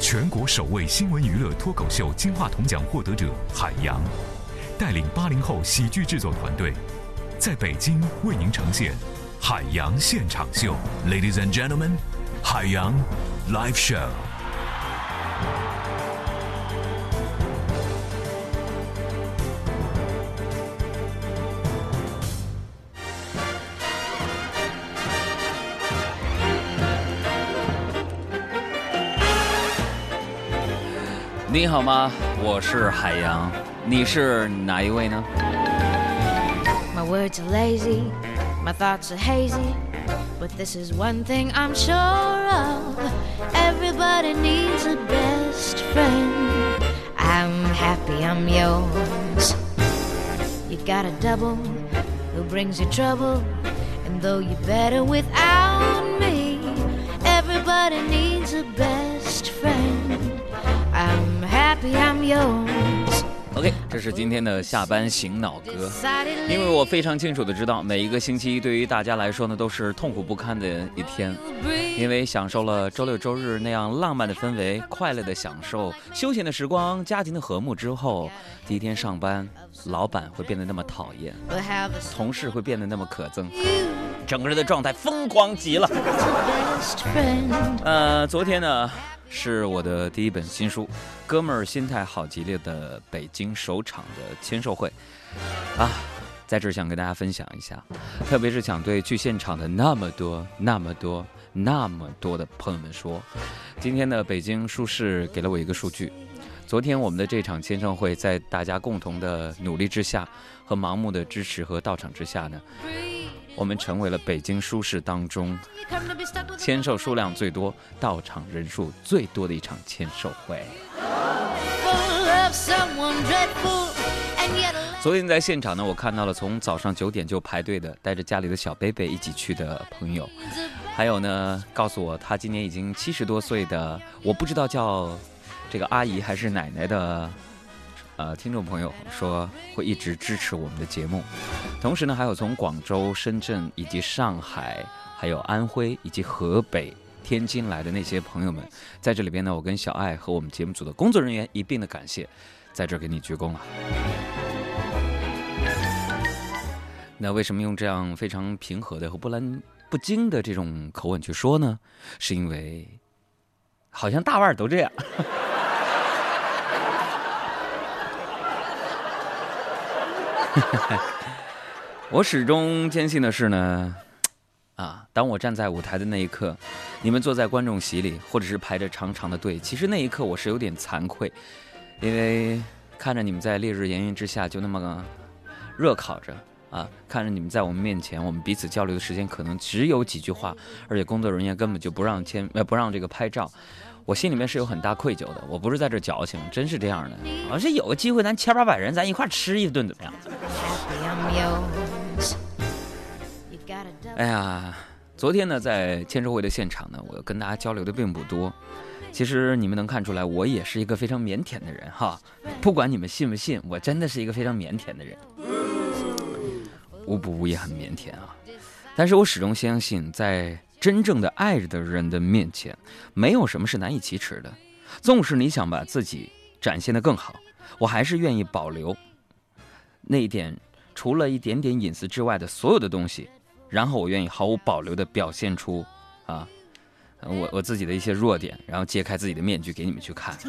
全国首位新闻娱乐脱口秀金话筒奖获得者海洋，带领80后喜剧制作团队，在北京为您呈现海洋现场秀。Ladies and gentlemen， 海洋 Live Show。 你好吗？我是海洋，你是哪一位呢？ My words are lazy, my thoughts are hazy, but this is one thing I'm sure of. Everybody needs a best friend. I'm happy I'm yours. You got a double who brings you trouble, and though you're better without me, everybody needs a best friend.I'm happy I'm yours. OK， 这是今天的下班醒脑歌。因为我非常清楚的知道，每一个星期一对于大家来说呢，都是痛苦不堪的一天。因为享受了周六周日那样浪漫的氛围，快乐的享受休闲的时光，家庭的和睦之后，第一天上班，老板会变得那么讨厌，同事会变得那么可憎，整个人的状态疯狂极了。昨天呢是我的第一本新书，哥们儿心态好极了的北京首场的签售会啊，在这儿想跟大家分享一下，特别是想对去现场的那么多的朋友们说，今天的北京书市给了我一个数据，昨天我们的这场签售会在大家共同的努力之下和盲目的支持和到场之下呢，我们成为了北京书市当中签售数量最多、到场人数最多的一场签售会。昨天在现场呢，我看到了从早上9点就排队的，带着家里的小贝贝一起去的朋友，还有呢，告诉我他今年已经70多岁的，我不知道叫这个阿姨还是奶奶的听众朋友说会一直支持我们的节目。同时呢，还有从广州、深圳以及上海，还有安徽以及河北、天津来的那些朋友们，在这里边呢，我跟小爱和我们节目组的工作人员一并的感谢，在这儿给你鞠躬了。那为什么用这样非常平和的和波澜不惊的这种口吻去说呢？是因为好像大腕都这样。我始终坚信的是呢，当我站在舞台的那一刻，你们坐在观众席里，或者是排着长长的队，其实那一刻我是有点惭愧，因为看着你们在烈日炎炎之下就那么热烤着看着你们在我们面前，我们彼此交流的时间可能只有几句话，而且工作人员根本就不让这个拍照，我心里面是有很大愧疚的。我不是在这矫情，真是这样的。而且有个机会，咱700-800人，咱一块吃一顿怎么样？哎呀，昨天呢，在签售会的现场呢，我跟大家交流的并不多。其实你们能看出来，我也是一个非常腼腆的人哈。不管你们信不信，我真的是一个非常腼腆的人。无也很腼腆啊，但是我始终相信，在真正的爱着的人的面前，没有什么是难以启齿的。纵使你想把自己展现得更好，我还是愿意保留那一点除了一点点隐私之外的所有的东西，然后我愿意毫无保留地表现出我自己的一些弱点，然后揭开自己的面具给你们去看。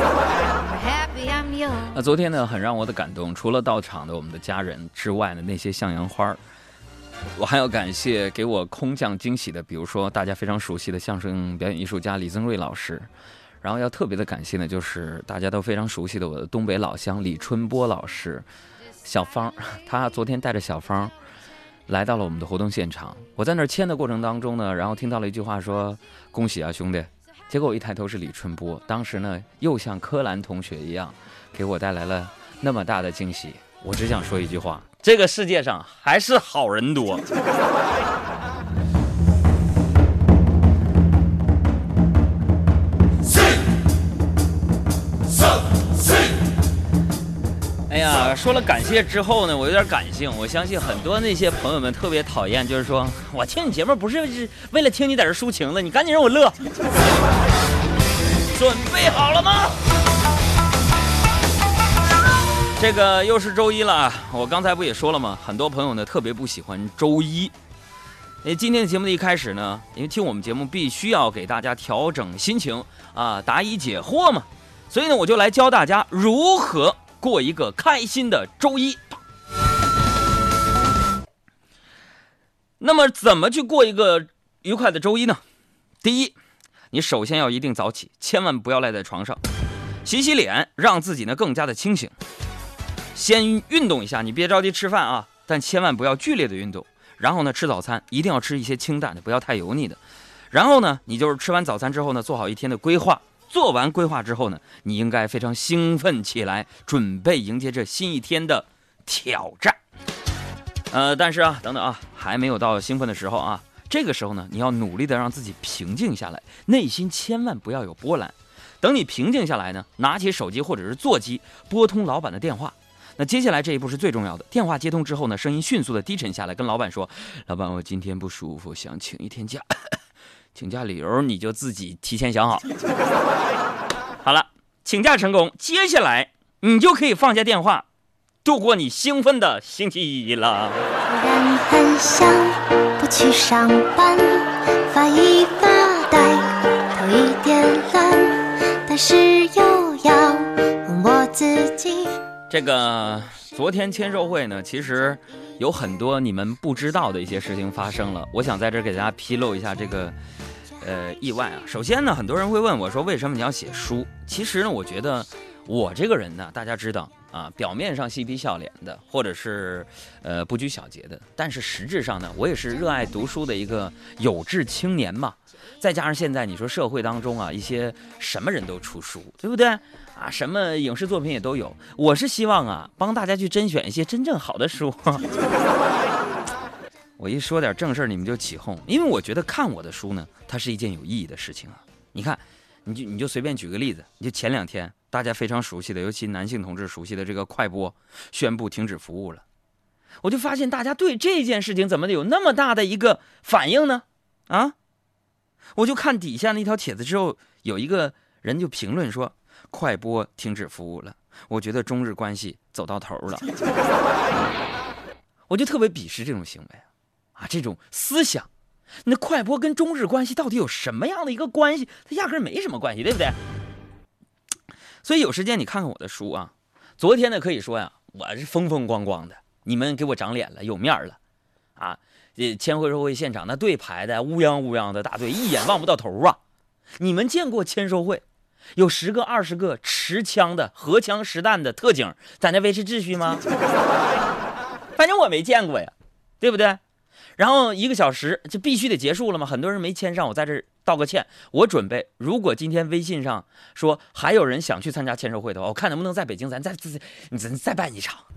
那昨天呢，很让我的感动，除了到场的我们的家人之外呢，那些向阳花，我还要感谢给我空降惊喜的，比如说大家非常熟悉的相声表演艺术家李增瑞老师，然后要特别的感谢呢，就是大家都非常熟悉的我的东北老乡李春波老师，小芳，他昨天带着小芳来到了我们的活动现场，我在那儿签的过程当中呢，然后听到了一句话说恭喜啊兄弟，结果我一抬头是李春波，当时呢又像柯蓝同学一样给我带来了那么大的惊喜。我只想说一句话，这个世界上还是好人多。哎呀，说了感谢之后呢，我有点感性。我相信很多那些朋友们特别讨厌，就是说我听你节目不是为了听你在这抒情的，你赶紧让我乐。 准备好了吗？这个又是周一了，我刚才不也说了吗？很多朋友呢特别不喜欢周一。今天的节目的一开始呢，因为听我们节目必须要给大家调整心情啊，答疑解惑嘛，所以呢我就来教大家如何过一个开心的周一。那么怎么去过一个愉快的周一呢？第一，你首先要一定早起，千万不要赖在床上，洗洗脸，让自己呢更加的清醒。先运动一下，你别着急吃饭啊，但千万不要剧烈的运动。然后呢，吃早餐一定要吃一些清淡的，不要太油腻的。然后呢，你就是吃完早餐之后呢，做好一天的规划。做完规划之后呢，你应该非常兴奋起来，准备迎接这新一天的挑战。但是啊，等等啊，还没有到兴奋的时候啊。这个时候呢，你要努力的让自己平静下来，内心千万不要有波澜。等你平静下来呢，拿起手机或者是座机，拨通老板的电话。那接下来这一步是最重要的，电话接通之后呢，声音迅速的低沉下来，跟老板说：“老板，我今天不舒服，想请一天假，请假理由你就自己提前想好。”好了，请假成功，接下来你就可以放下电话，度过你兴奋的星期一了。 人很想不去上班，发一发呆，头一点蓝，但是又要问我自己。 这个昨天签售会呢，其实有很多你们不知道的一些事情发生了，我想在这儿给大家披露一下这个意外啊。首先呢，很多人会问我说，为什么你要写书？其实呢，我觉得我这个人呢，大家知道啊，表面上嬉皮笑脸的，或者是不拘小节的，但是实质上呢，我也是热爱读书的一个有志青年嘛。再加上现在你说社会当中啊，一些什么人都出书，对不对啊？什么影视作品也都有。我是希望啊，帮大家去甄选一些真正好的书。我一说点正事儿，你们就起哄，因为我觉得看我的书呢，它是一件有意义的事情啊。你看，你就随便举个例子，你就前2天大家非常熟悉的，尤其男性同志熟悉的这个快播宣布停止服务了，我就发现大家对这件事情怎么有那么大的一个反应呢？啊？我就看底下那条帖子之后，有一个人就评论说，快播停止服务了，我觉得中日关系走到头了。我就特别鄙视这种行为啊，这种思想。那快播跟中日关系到底有什么样的一个关系？它压根没什么关系，对不对？所以有时间你看看我的书啊。昨天呢，可以说呀，我是风风光光的，你们给我长脸了，有面了啊。签售会现场那队排的乌泱乌泱的大队，一眼望不到头啊！你们见过签售会有10个20个持枪的荷枪实弹的特警在那维持秩序吗？反正我没见过呀，对不对？然后1个小时就必须得结束了嘛，很多人没签上，我在这道个歉。我准备，如果今天微信上说还有人想去参加签售会的话，我看能不能在北京咱再办一场。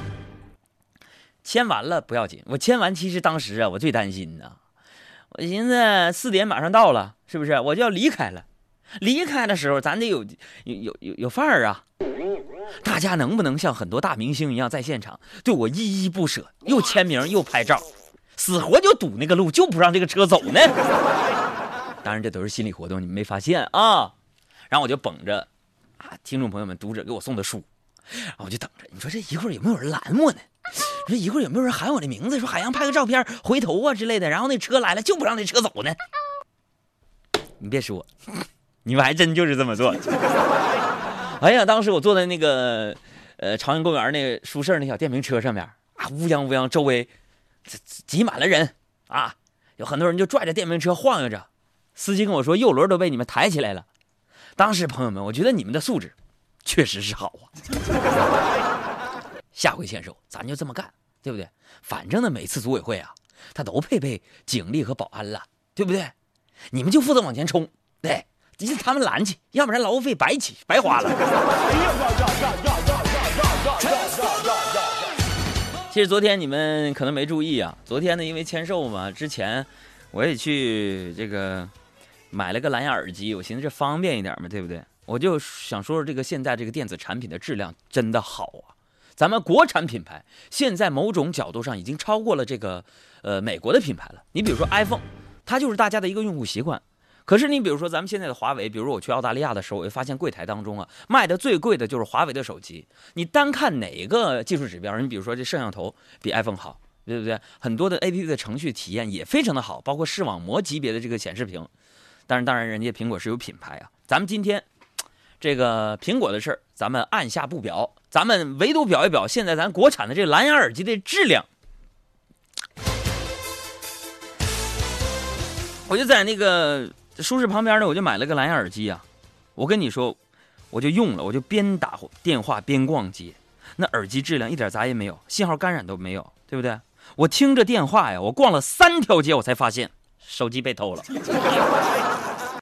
签完了不要紧，我签完其实当时啊，我最担心呢，我寻思4点马上到了，是不是我就要离开了？离开的时候咱得有范儿啊！大家能不能像很多大明星一样在现场对我依依不舍，又签名又拍照，死活就堵那个路，就不让这个车走呢？当然这都是心理活动，你们没发现啊？然后我就绷着啊，听众朋友们读者给我送的书，然后我就等着，你说这一会儿有没有人拦我呢？你说一会儿有没有人喊我的名字，说海洋拍个照片回头啊之类的，然后那车来了就不让那车走呢？你别说，你们还真就是这么做。哎呀，当时我坐在那个朝阳公园那个舒适那小电瓶车上面啊，乌泱乌泱，周围挤满了人啊，有很多人就拽着电瓶车晃悠着，司机跟我说右轮都被你们抬起来了。当时朋友们，我觉得你们的素质确实是好啊。下回签售咱就这么干，对不对？反正呢每次组委会啊，他都配备警力和保安了，对不对？你们就负责往前冲，对，他们拦去，要不然劳务费白花了。其实昨天你们可能没注意啊，昨天呢因为签售嘛，之前我也去这个买了个蓝牙耳机，我寻思这方便一点嘛，对不对？我就想说这个现在这个电子产品的质量真的好啊。咱们国产品牌现在某种角度上已经超过了这个美国的品牌了。你比如说 iPhone， 它就是大家的一个用户习惯。 可是你比如说咱们现在的华为，比如说我去澳大利亚的时候，我会发现柜台当中啊，卖的最贵的就是华为的手机。你单看哪一个技术指标，你比如说这摄像头比 iPhone 好，对不对？很多的 APP 的程序体验也非常的好，包括视网膜级别的这个显示屏。当然，人家苹果是有品牌啊。咱们今天这个苹果的事儿，咱们按下不表，咱们唯独表一表现在咱国产的这蓝牙耳机的质量。我就在那个书室旁边呢，我就买了个蓝牙耳机啊。我跟你说，我就用了，我就边打电话边逛街，那耳机质量一点杂音没有，信号干扰都没有，对不对？我听着电话呀，我逛了3条街，我才发现手机被偷了。